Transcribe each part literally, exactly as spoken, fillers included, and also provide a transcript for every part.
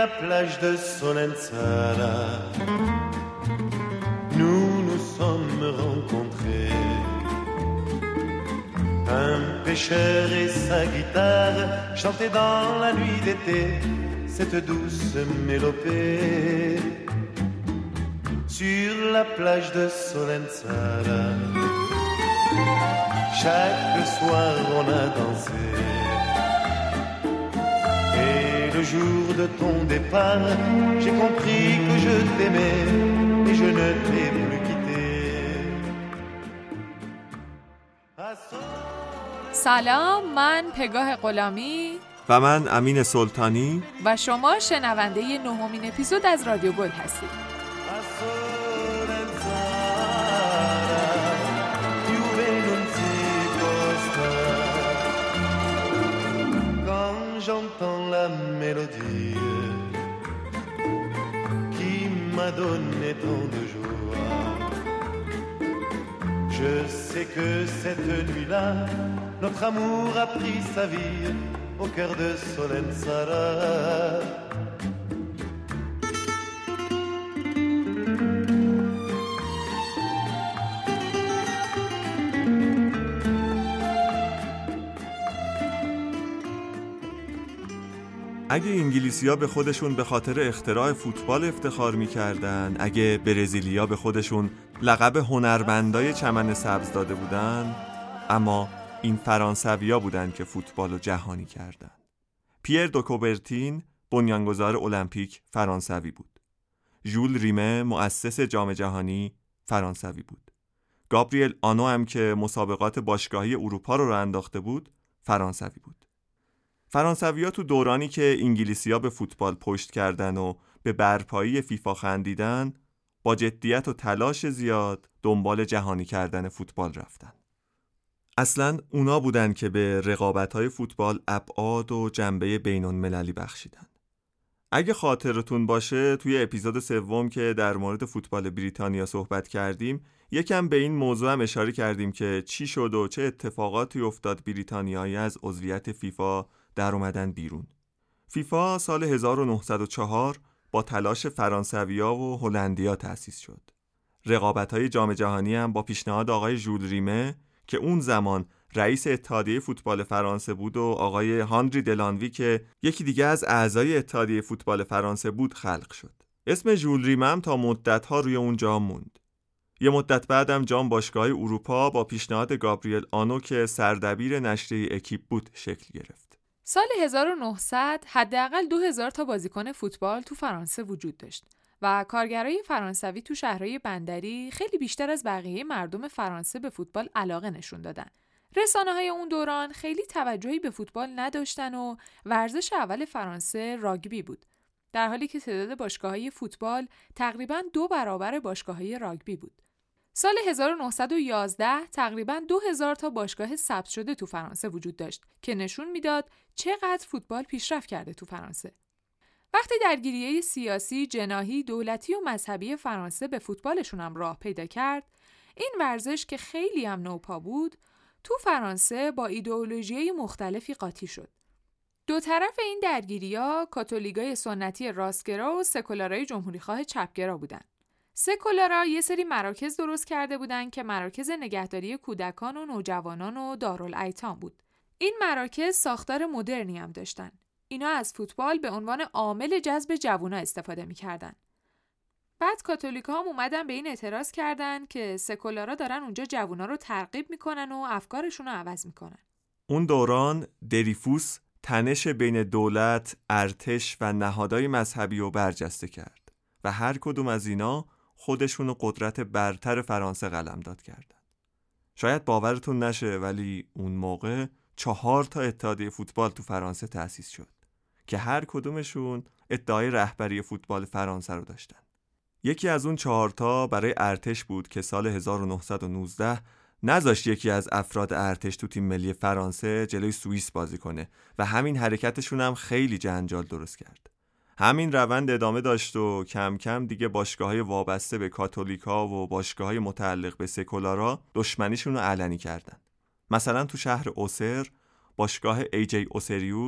la plage de Solenzara, nous nous sommes rencontrés. Un pêcheur et sa guitare chantaient dans la nuit d'été cette douce mélopée. Sur la plage de Solenzara, chaque soir on a dansé. Et le jour de ton départ, j'ai compris que je t'aimais et je ne t'ai plus quitté. سلام، من پگاه غلامی و من امین سلطانی و شما شنونده نهمین اپیزود از رادیو گل هستید. J'entends la mélodie qui m'a donné tant de joie. Je sais que cette nuit-là, notre amour a pris sa vie au cœur de Solenzara. اگه انگلیسی‌ها به خودشون به خاطر اختراع فوتبال افتخار می‌کردن، اگه برزیلیا به خودشون لقب هنرمندای چمن سبز داده بودن، اما این فرانسوی‌ها بودن که فوتبال رو جهانی کردن. پیر دو کوبرتین بنیانگذار المپیک فرانسوی بود. ژول ریمه مؤسس جام جهانی فرانسوی بود. گابریل آنو هم که مسابقات باشگاهی اروپا رو راه انداخته بود فرانسوی بود. فرانسوی‌ها تو دورانی که انگلیسی‌ها به فوتبال پشت کردن و به برپایی فیفا خندیدن، با جدیت و تلاش زیاد دنبال جهانی کردن فوتبال رفتن. اصلاً اونا بودن که به رقابت‌های فوتبال ابعاد و جنبه بین‌المللی بخشیدن. اگه خاطرتون باشه توی اپیزود سوم که در مورد فوتبال بریتانیا صحبت کردیم، یکم به این موضوع هم اشاره کردیم که چی شد و چه اتفاقاتی افتاد بریتانیایی از عضویت فیفا در اومدن بیرون. فیفا سال هزار و نهصد و چهار با تلاش فرانسویا و هلندیا تأسیس شد. رقابت‌های جام جهانی هم با پیشنهاد آقای ژول ریمه که اون زمان رئیس اتحادیه فوتبال فرانسه بود و آقای هانری دلانوی که یکی دیگه از اعضای اتحادیه فوتبال فرانسه بود خلق شد. اسم ژول ریمه هم تا مدت‌ها روی اون جام موند. یه مدت بعدم جام باشگاه‌های اروپا با پیشنهاد گابریل آنو که سردبیر نشریه اکیپ بود شکل گرفت. سال هزار و نهصد حداقل دو هزار تا بازیکن فوتبال تو فرانسه وجود داشت و کارگرای فرانسوی تو شهرهای بندری خیلی بیشتر از بقیه مردم فرانسه به فوتبال علاقه نشون دادن. رسانه‌های اون دوران خیلی توجهی به فوتبال نداشتن و ورزش اول فرانسه راگبی بود، در حالی که تعداد باشگاه‌های فوتبال تقریباً دو برابر باشگاه‌های راگبی بود. سال هزار و نهصد و یازده تقریباً دو هزار تا باشگاه ثبت شده تو فرانسه وجود داشت که نشون میداد چقدر فوتبال پیشرفت کرده تو فرانسه. وقتی درگیری سیاسی، جناحی، دولتی و مذهبی فرانسه به فوتبالشون هم راه پیدا کرد، این ورزش که خیلی هم نوپا بود، تو فرانسه با ایدئولوژی‌های مختلفی قاطی شد. دو طرف این درگیری‌ها کاتولیکای سنتی راستگرا و سکولارای جمهوریخواه چپگرا بودن. سکولارا یه سری مراکز درست کرده بودن که مراکز نگهداری کودکان و نوجوانان و دارالایتام بود. این مراکز ساختار مدرنی هم داشتن. اینا از فوتبال به عنوان عامل جذب جوونا استفاده می‌کردن. بعد کاتولیکا هم اومدن به این اعتراض کردن که سکولارا دارن اونجا جوونا رو ترغیب میکنن و افکارشون رو عوض میکنن. اون دوران دریفوس تنش بین دولت، ارتش و نهادهای مذهبی رو برجسته کرد و هر کدوم از اینا خودشون رو قدرت برتر فرانسه قلمداد کردن. شاید باورتون نشه ولی اون موقع چهار تا اتحادیه فوتبال تو فرانسه تأسیس شد که هر کدومشون ادعای رهبری فوتبال فرانسه رو داشتن. یکی از اون چهار تا برای ارتش بود که سال هزار و نهصد و نوزده نذاشت یکی از افراد ارتش تو تیم ملی فرانسه جلوی سوئیس بازی کنه و همین حرکتشون هم خیلی جنجال درست کرد. همین روند ادامه داشت و کم کم دیگه باشگاه‌های وابسته به کاتولیکا و باشگاه‌های متعلق به سکولارا دشمنیشون رو علنی کردن. مثلا تو شهر اوسر باشگاه ای جی اوسریوس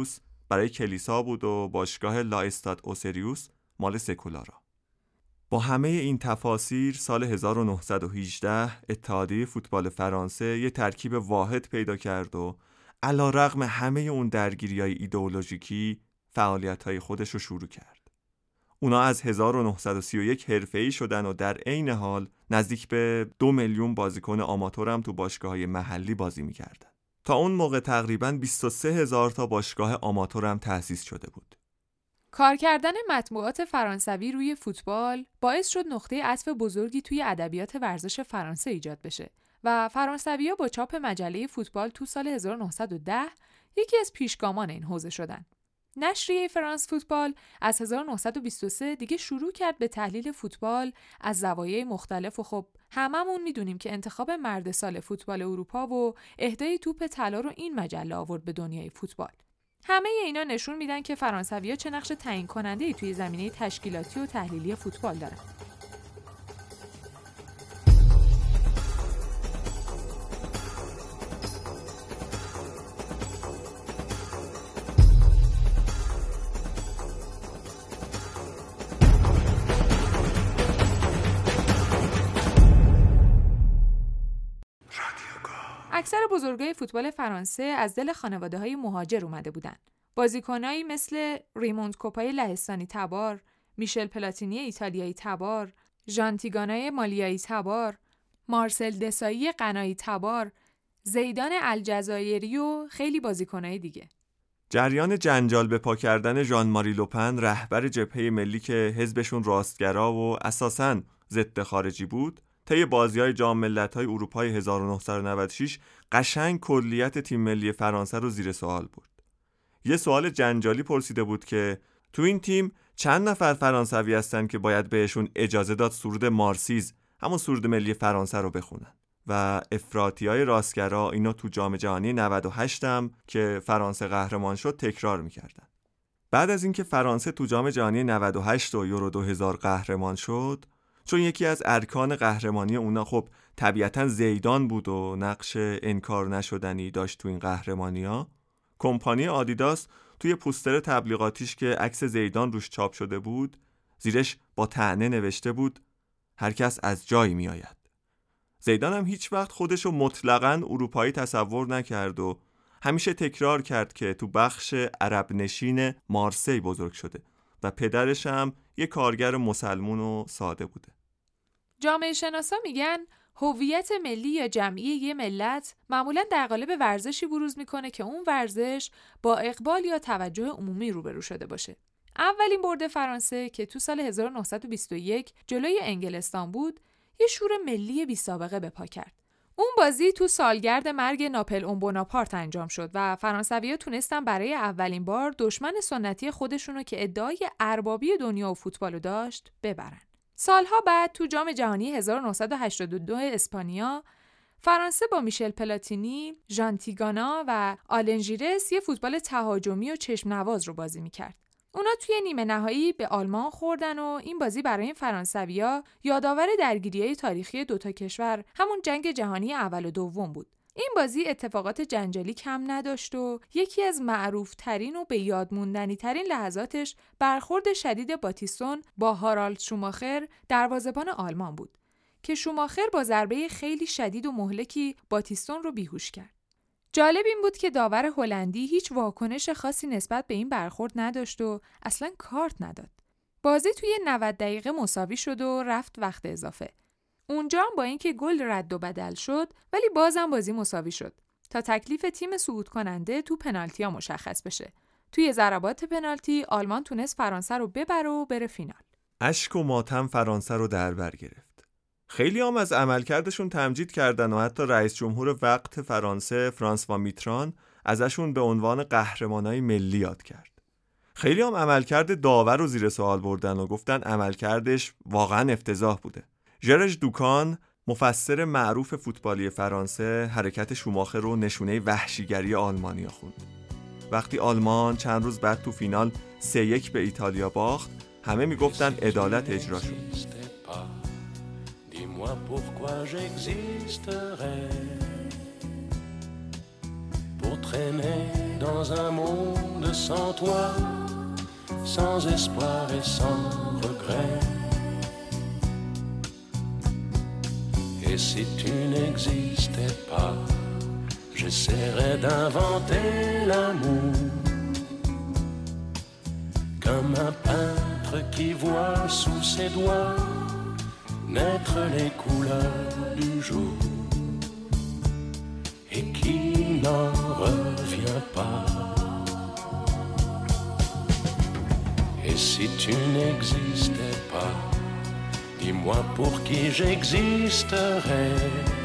برای کلیسا بود و باشگاه لا استاد اوسریوس مال سکولارا. با همه این تفاسیر سال هزار و نهصد و هجده اتحادیه فوتبال فرانسه یه ترکیب واحد پیدا کرد و علی‌رغم همه اون درگیری‌های ایدئولوژیکی فعالیت‌های خودش رو شروع کرد. اونا از هزار و نهصد و سی و یک حرفه‌ای شدن و در عین حال نزدیک به دو میلیون بازیکن آماتور هم تو باشگاه‌های محلی بازی می‌کردن. تا اون موقع تقریباً بیست و سه هزار تا باشگاه آماتور هم تأسیس شده بود. کار کردن مطبوعات فرانسوی روی فوتبال باعث شد نقطه عطف بزرگی توی ادبیات ورزش فرانسه ایجاد بشه و فرانسوی‌ها با چاپ مجله فوتبال تو سال هزار و نهصد و ده یکی از پیشگامان این حوزه شدن. نشریه فرانس فوتبال از هزار و نهصد و بیست و سه دیگه شروع کرد به تحلیل فوتبال از زوایای مختلف و خب هممون میدونیم که انتخاب مرد سال فوتبال اروپا و اهدای توپ طلا رو این مجله آورد به دنیای فوتبال. همه اینا نشون میدن که فرانسوی‌ها چه نقش تعیین کننده‌ای توی زمینه تشکیلاتی و تحلیلی فوتبال دارن. اکثر بزرگای فوتبال فرانسه از دل خانواده‌های مهاجر اومده بودن. بازیکنایی مثل ریموند کوپای لهستانی تبار، میشل پلاتینی ایتالیایی تبار، ژان تیگانای مالیایی تبار، مارسل دسایی غنایی تبار، زیدان الجزایری و خیلی بازیکنای دیگه. جریان جنجال به پا کردن ژان ماری لوپن رهبر جبهه ملی که حزبشون راستگرا و اساساً ضد خارجی بود، طی بازی‌های جام ملت‌های اروپای هزار و نهصد و نود و شش قشنگ کلیت تیم ملی فرانسه رو زیر سوال برد. یه سوال جنجالی پرسیده بود که تو این تیم چند نفر فرانسوی هستن که باید بهشون اجازه داد سرود مارسیز، همون سرود ملی فرانسه رو بخونن. و افراطیای راستگرا اینا تو جام جهانی نود و هشت هم که فرانسه قهرمان شد تکرار می‌کردن. بعد از اینکه فرانسه تو جام جهانی نود و هشت و یورو دو هزار قهرمان شد، چون یکی از ارکان قهرمانی اونا خب طبیعتاً زیدان بود و نقش انکار نشدنی داشت تو این قهرمانی‌ها، کمپانی آدیداس توی پوستر تبلیغاتیش که عکس زیدان روش چاپ شده بود زیرش با طعنه نوشته بود هر کس از جایی میآید. زیدان هم هیچ وقت خودشو مطلقاً اروپایی تصور نکرد و همیشه تکرار کرد که تو بخش عرب نشین مارسی بزرگ شده و پدرش هم یه کارگر مسلمون و ساده بوده. جامعه شناسا میگن هویت ملی یا جمعی یه ملت معمولاً در قالب ورزشی بروز میکنه که اون ورزش با اقبال یا توجه عمومی روبرو شده باشه. اولین برد فرانسه که تو سال هزار و نهصد و بیست و یک جلوی انگلستان بود، یه شور ملی بی سابقه به پا کرد. اون بازی تو سالگرد مرگ ناپلئون بوناپارت انجام شد و فرانسوی‌ها تونستن برای اولین بار دشمن سنتی خودشونو که ادعای اربابی دنیا و فوتبالو داشت ببرن. سالها بعد تو جام جهانی هزار و نهصد و هشتاد و دو اسپانیا، فرانسه با میشل پلاتینی، ژان تیگانا و آلن ژیرس یه فوتبال تهاجمی و چشم نواز رو بازی میکرد. اونا توی نیمه نهایی به آلمان خوردن و این بازی برای این فرانسوی‌ها یادآور درگیری‌های تاریخی دوتا کشور، همون جنگ جهانی اول و دوم بود. این بازی اتفاقات جنجالی کم نداشت و یکی از معروف‌ترین و به یاد موندنی‌ترین لحظاتش برخورد شدید باتیستون با هارالد شوماخر دروازه‌بان آلمان بود که شوماخر با ضربه خیلی شدید و مهلکی باتیستون رو بیهوش کرد. جالب این بود که داور هلندی هیچ واکنش خاصی نسبت به این برخورد نداشت و اصلاً کارت نداد. بازی توی نود دقیقه مساوی شد و رفت وقت اضافه. اونجا هم با اینکه گل رد و بدل شد ولی بازم بازی مساوی شد تا تکلیف تیم صعود کننده تو پنالتی‌ها مشخص بشه. توی ضربات پنالتی آلمان تونست فرانسه رو ببره و بره فینال. اشک و ماتم فرانسه رو در بر گرفت. خیلی هم از عملکردشون تمجید کردن و حتی رئیس جمهور وقت فرانسه فرانسوا میتران ازشون به عنوان قهرمانای ملی یاد کرد. خیلی هم عملکرد داور رو زیر سوال بردن و گفتن عملکردش واقعا افتضاح بوده. ژرژ دوکان، مفسر معروف فوتبالی فرانسه، حرکت شوماخر رو نشونه وحشیگری آلمانیا خوند. وقتی آلمان چند روز بعد تو فینال سه یک به ایتالیا باخت، همه میگفتن عدالت اجرا شد. Dis-moi pourquoi j'existerais pour traîner dans un monde sans toi, sans espoir et sans regret. Et si tu n'existais pas, j'essaierais d'inventer l'amour, comme un peintre qui voit sous ses doigts naître les couleurs du jour et qui n'en revient pas. Et si tu n'existais pas, dis-moi pour qui j'existerais.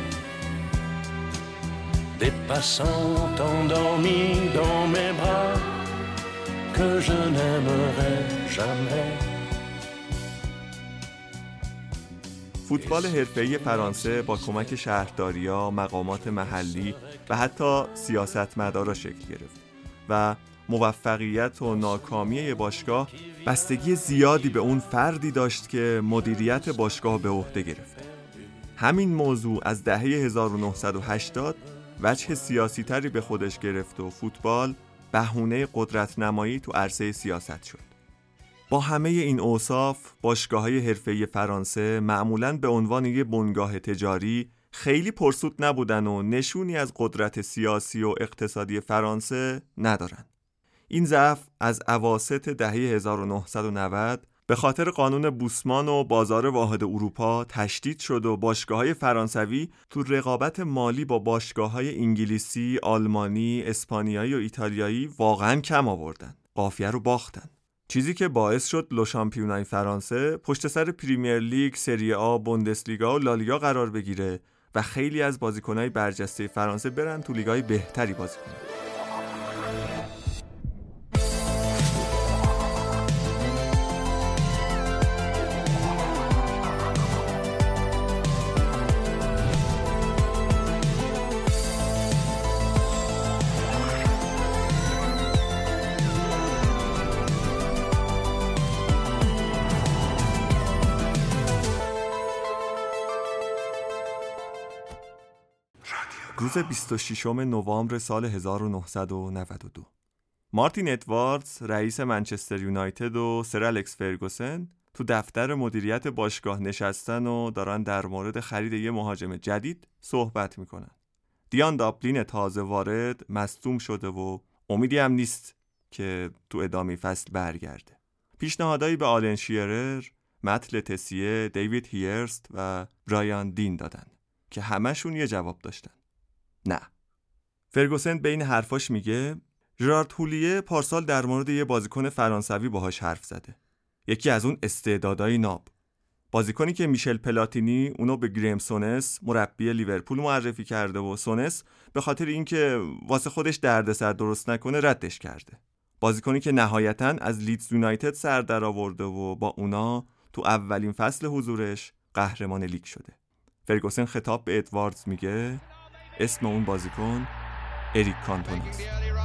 Des passants endormis dans mes bras que je n'aimerais jamais. فوتبال حرفه‌ای فرانسه با کمک شهرداری‌ها، مقامات محلی و حتی سیاستمدارا شکل گرفت و موفقیت و ناکامی باشگاه بستگی زیادی به اون فردی داشت که مدیریت باشگاه به عهده گرفت. همین موضوع از دهه هزار و نهصد و هشتاد وجه سیاسی تری به خودش گرفت و فوتبال بهونه قدرت نمایی تو عرصه سیاست شد. با همه این اوصاف، باشگاه‌های حرفه‌ای فرانسه معمولاً به عنوان یک بنگاه تجاری خیلی پرسود نبودن و نشونی از قدرت سیاسی و اقتصادی فرانسه ندارن. این ضعف از اواسط دهه هزار و نهصد و نود به خاطر قانون بوسمان و بازار واحد اروپا تشدید شد و باشگاه‌های فرانسوی تو رقابت مالی با باشگاه‌های انگلیسی، آلمانی، اسپانیایی و ایتالیایی واقعاً کم آوردن. قافیه رو باختن. چیزی که باعث شد لو شامپیونای فرانسه پشت سر پریمیر لیگ، سری آ، بوندسلیگا و لالیگا قرار بگیره و خیلی از بازیکن‌های برجسته فرانسه برن تو لیگ‌های بهتری بازی کنن. روز بیست و ششم نوامبر سال هزار و نهصد و نود و دو مارتین ادواردز رئیس منچستر یونایتد و سر الکس فرگوسن تو دفتر مدیریت باشگاه نشستن و دارن در مورد خرید یه مهاجم جدید صحبت میکنن. دیان دابلین تازه وارد مصدوم شده و امیدی هم نیست که تو ادامه فصل برگرده. پیشنهادایی به آلن شیرر، مت لتسیه، دیوید هیرست و برایان دین دادن که همشون یه جواب داشتن: نه. فرگوسن بین حرفاش میگه ژرارد هولیه پارسال در مورد یه بازیکن فرانسوی باهاش حرف زده. یکی از اون استعدادای ناب. بازیکنی که میشل پلاتینی اونو به گریم سونس مربی لیورپول معرفی کرده و سونس به خاطر اینکه واسه خودش دردسر درست نکنه ردش کرده. بازیکنی که نهایتاً از لیدز یونایتد سر در آورده و با اونا تو اولین فصل حضورش قهرمان لیگ شده. فرگوسن خطاب به ادواردز میگه اسم اون بازیکن اریک کانتونا است.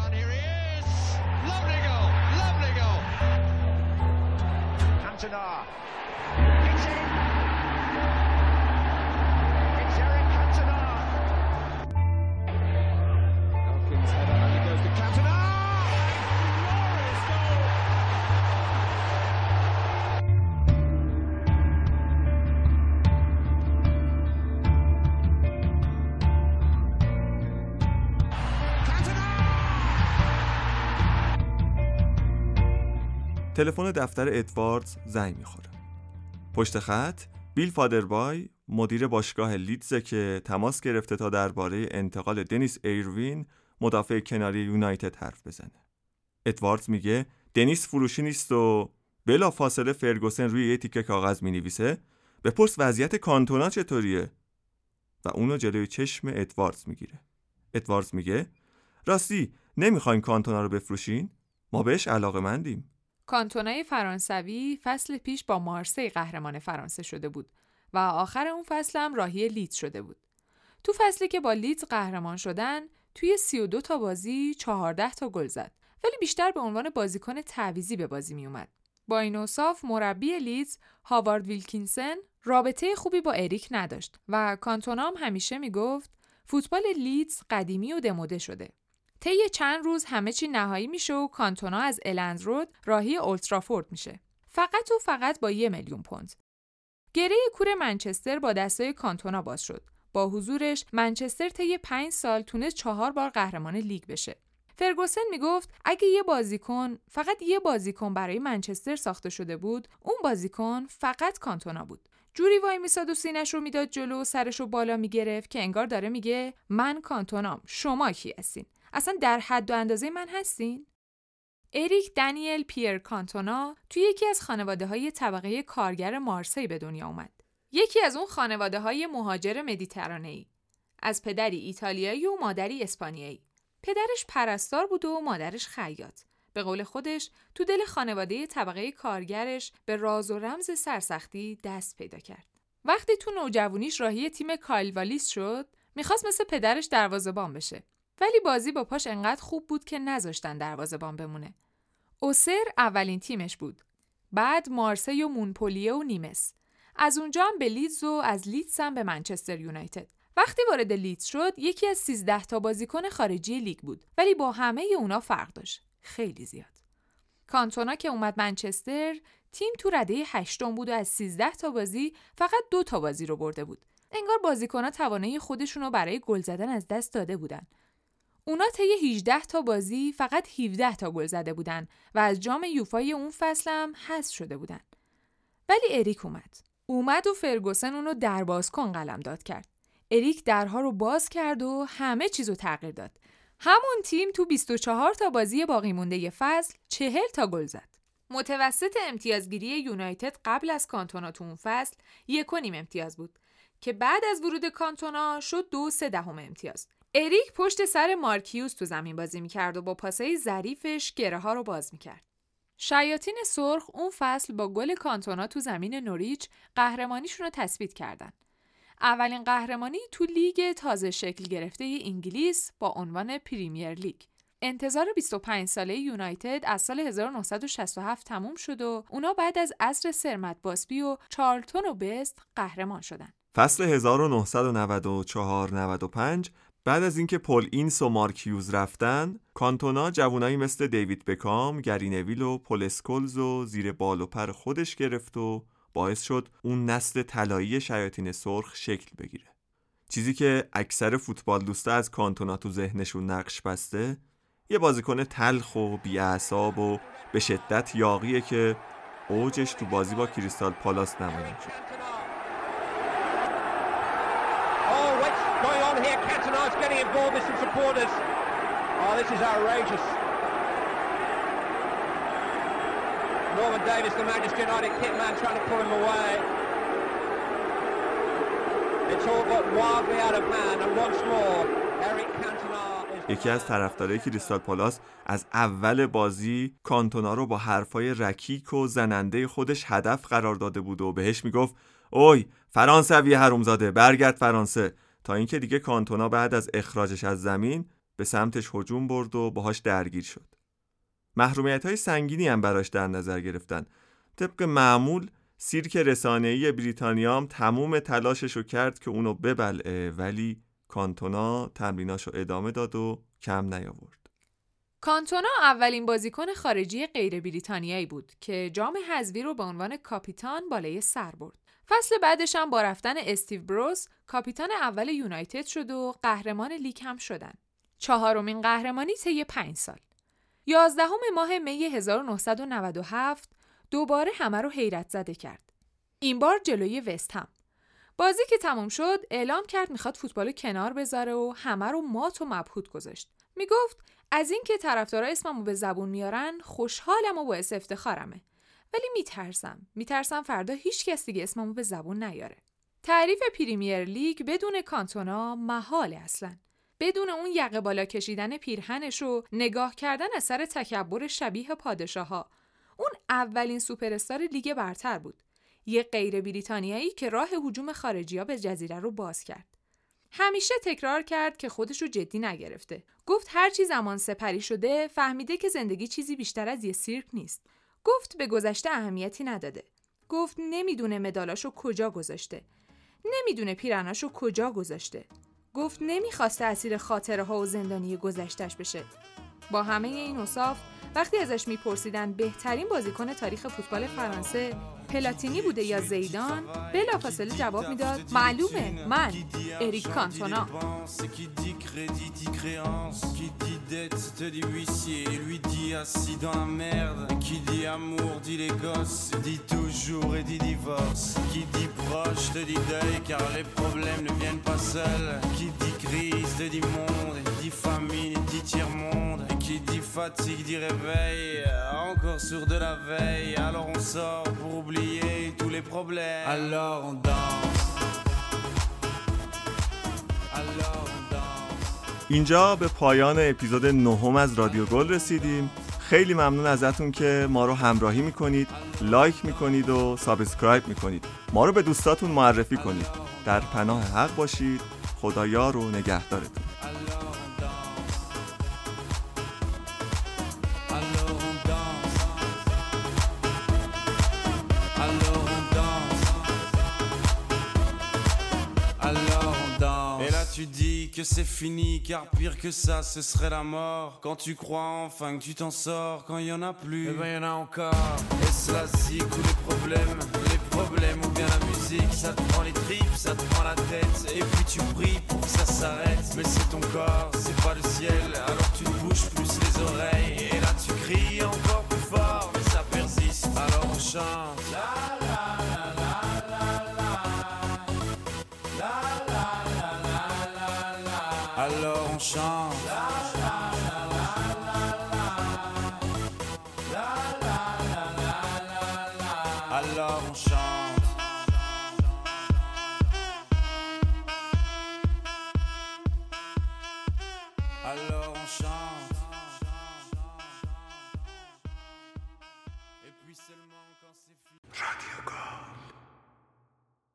تلفن دفتر ادواردز زنگ میخوره. پشت خط بیل فادربای مدیر باشگاه لیدز که تماس گرفته تا درباره انتقال دنیس ایروین مدافع کناری یونایتد حرف بزنه. ادواردز میگه دنیس فروشی نیست و بلا فاصله فرگوسن روی یه تیکه کاغذ مینویسه بپرس وضعیت کانتونا چطوریه و اونو جلوی چشم ادواردز میگیره. ادواردز میگه راستی نمیخواین کانتونا رو بفروشین؟ ما بهش علاقه‌مندیم. کانتونای فرانسوی فصل پیش با مارسی قهرمان فرانسه شده بود و آخر اون فصل هم راهی لیدز شده بود. تو فصلی که با لیدز قهرمان شدن توی سی و دو تا بازی چهارده تا گل زد، ولی بیشتر به عنوان بازیکن تعویضی به بازی می اومد. با این اوصاف مربی لیدز هاوارد ویلکینسن رابطه خوبی با اریک نداشت و کانتونا هم همیشه می گفت فوتبال لیدز قدیمی و دموده شده. طی چند روز همه چی نهایی میشه و کانتونا از الند رود راهی اولترافورد میشه. فقط و فقط با یه میلیون پوند. گره کور منچستر با دستای کانتونا باز شد. با حضورش منچستر طی پنج سال تونست چهار بار قهرمان لیگ بشه. فرگوسن میگفت اگه یه بازیکن، فقط یه بازیکن برای منچستر ساخته شده بود، اون بازیکن فقط کانتونا بود. جوری وای میساد و سینش رو میداد جلو، سرش رو بالا میگرفت که انگار داره میگه من کانتونام، شما کی هستین؟ اصلا در حد و اندازه من هستین؟ اریک دانیل پیر کانتونا توی یکی از خانواده‌های طبقه کارگر مارسی به دنیا اومد. یکی از اون خانواده‌های مهاجر مدیترانه‌ای. از پدری ایتالیایی و مادری اسپانیایی. پدرش پرستار بود و مادرش خیاط. به قول خودش تو دل خانواده طبقه کارگرش به راز و رمز سرسختی دست پیدا کرد. وقتی تو نوجوانیش راهی تیم کایل والیس شد، میخواست مثل پدرش دروازه‌بان بشه. ولی بازی با پاش انقدر خوب بود که نذاشتن دروازه‌بان بمونه. اوسر اولین تیمش بود. بعد مارسی و مونپلیه و نیمس. از اونجا هم به لیدز و از لیدز هم به منچستر یونایتد. وقتی وارد لیدز شد، یکی از سیزده تا بازیکن خارجی لیگ بود، ولی با همه اونا فرق داشت. خیلی زیاد. کانتونا که اومد منچستر، تیم تو رده هشتم بود و از سیزده تا بازی فقط دو تا بازی رو برده بود. انگار بازیکن‌ها توانایی خودشونو برای گل زدن از دست داده بودن. اونا طی هجده تا بازی فقط هفده تا گل زده بودن و از جام یوفای اون فصل هم حذف شده بودن. ولی اریک اومد. اومد و فرگوسن اونو دربازکن قلمداد کرد. اریک درها رو باز کرد و همه چیزو تغییر داد. همون تیم تو بیست و چهار تا بازی باقی مونده ی فصل چهل تا گل زد. متوسط امتیازگیری یونایتد قبل از کانتونا تو اون فصل یک و نیم امتیاز بود که بعد از ورود کانتونا شد دو سه دهم امتیاز. اریک پشت سر مارکیوس تو زمین بازی میکرد و با پاسای ظریفش گره ها رو باز میکرد. شیاطین سرخ اون فصل با گل کانتونا تو زمین نوریچ قهرمانیشون رو تثبیت کردن. اولین قهرمانی تو لیگ تازه شکل گرفته انگلیس با عنوان پریمیر لیگ. انتظار بیست و پنج ساله یونایتد از سال هزار و نهصد و شصت و هفت تموم شد و اونا بعد از عصر سر مت باسبی و چارلتون و بست قهرمان شدن. فصل هزار و نهصد و نود و چهار نود و پنج بعد از اینکه پل اینس و مارک هیوز رفتن، کانتونا جوانایی مثل دیوید بکام، گری نویل و پل اسکولز و زیر بال و پر خودش گرفت و باعث شد اون نسل طلایی شیاطین سرخ شکل بگیره. چیزی که اکثر فوتبال دوستا از کانتونا تو ذهنشون نقش بسته، یه بازیکن تلخ و بی‌اعصاب و به شدت یاغیه که اوجش تو بازی با کریستال پالاس نمایان شد. Norman Davis, the Manchester United kitman, trying to pull him away. It's all got wildly out of hand, and once more, Eric Cantona is... یکی از طرفدارای کریستال پالاس از اول بازی کانتونا رو با حرفای رکیک و زننده خودش هدف قرار داده بود و بهش میگفت اوی فرانسوی حرومزاده برگرد فرانسه، تا اینکه دیگه کانتونا بعد از اخراجش از زمین به سمتش هجوم برد و باهاش درگیر شد. محرومیت‌های سنگینی هم براش در نظر گرفتن. طبق معمول سیرک رسانه‌ای بریتانیا هم تموم تلاششو کرد که اونو ببلعه، ولی کانتونا تمریناشو ادامه داد و کم نیاورد. کانتونا اولین بازیکن خارجی غیر بریتانیایی بود که جام حذفی رو به عنوان کاپیتان بالای سر برد. فصل بعدش هم با رفتن استیو بروس کاپیتان اول یونایتد شد و قهرمان لیگ هم شدن. چهارمین قهرمانی طی پنج سال. یازدهم ماه می هزار و نهصد و نود و هفت دوباره همه رو حیرت زده کرد. این بار جلوی وست هم. بازی که تموم شد اعلام کرد میخواد فوتبالو کنار بذاره و همه رو مات و مبهوت گذاشت. میگفت از این که طرفدارا اسممو به زبون میارن خوشحالم و باعث افتخارمه. ولی میترسم. میترسم فردا هیچ کس دیگه اسممو به زبون نیاره. تعریف پریمیر لیگ بدون کانتونا محاله اصلاً. بدون اون یقه بالا کشیدن پیرهنش و نگاه کردن اثر تکبر شبیه پادشاها. اون اولین سوپر استار لیگ برتر بود. یه غیر بریتانیایی که راه هجوم خارجی‌ها به جزیره رو باز کرد. همیشه تکرار کرد که خودش رو جدی نگرفته. گفت هر چی زمان سپری شده فهمیده که زندگی چیزی بیشتر از یه سیرک نیست. گفت به گذشته اهمیتی نداده. گفت نمیدونه مدالاشو کجا گذاشته. نمیدونه پیرهناشو کجا گذاشته. گفت نمیخواسته اسیر خاطره ها و زندانی گذشتش بشه. با همه این اوصاف وقتی ازش میپرسیدن بهترین بازیکن تاریخ فوتبال فرانسه پلاتینی بوده یا زیدان، بلافاصله جواب میداد معلومه، من اریک کانتونا. Qui dit fatigue dit réveil, encore sur de la veille. Alors on sort pour oublier tous les problèmes. Alors on danse. Alors on danse. اینجا به پایان اپیزود نهم از رادیو گل رسیدیم. خیلی ممنون ازتون که ما رو همراهی میکنید، لایک میکنید و سابسکرایب میکنید. ما رو به دوستاتون معرفی کنید. در پناه حق باشید. خدایار و نگهدارتون. Tu dis que c'est fini, car pire que ça, ce serait la mort. Quand tu crois enfin que tu t'en sors, quand il y en a plus, eh ben y en a encore. Est-ce la zik ou les problèmes, les problèmes ou bien la musique, ça te prend les tripes, ça te prend la tête, et puis tu pries pour que ça s'arrête. Mais c'est ton corps, c'est pas le ciel, alors tu te bouges plus les oreilles, et là tu cries encore plus fort, mais ça persiste. Alors on chante. La la la la la la. La la. Alors on chante. La la la la la la. La la la la la la. Alors on chante. Alors on chante.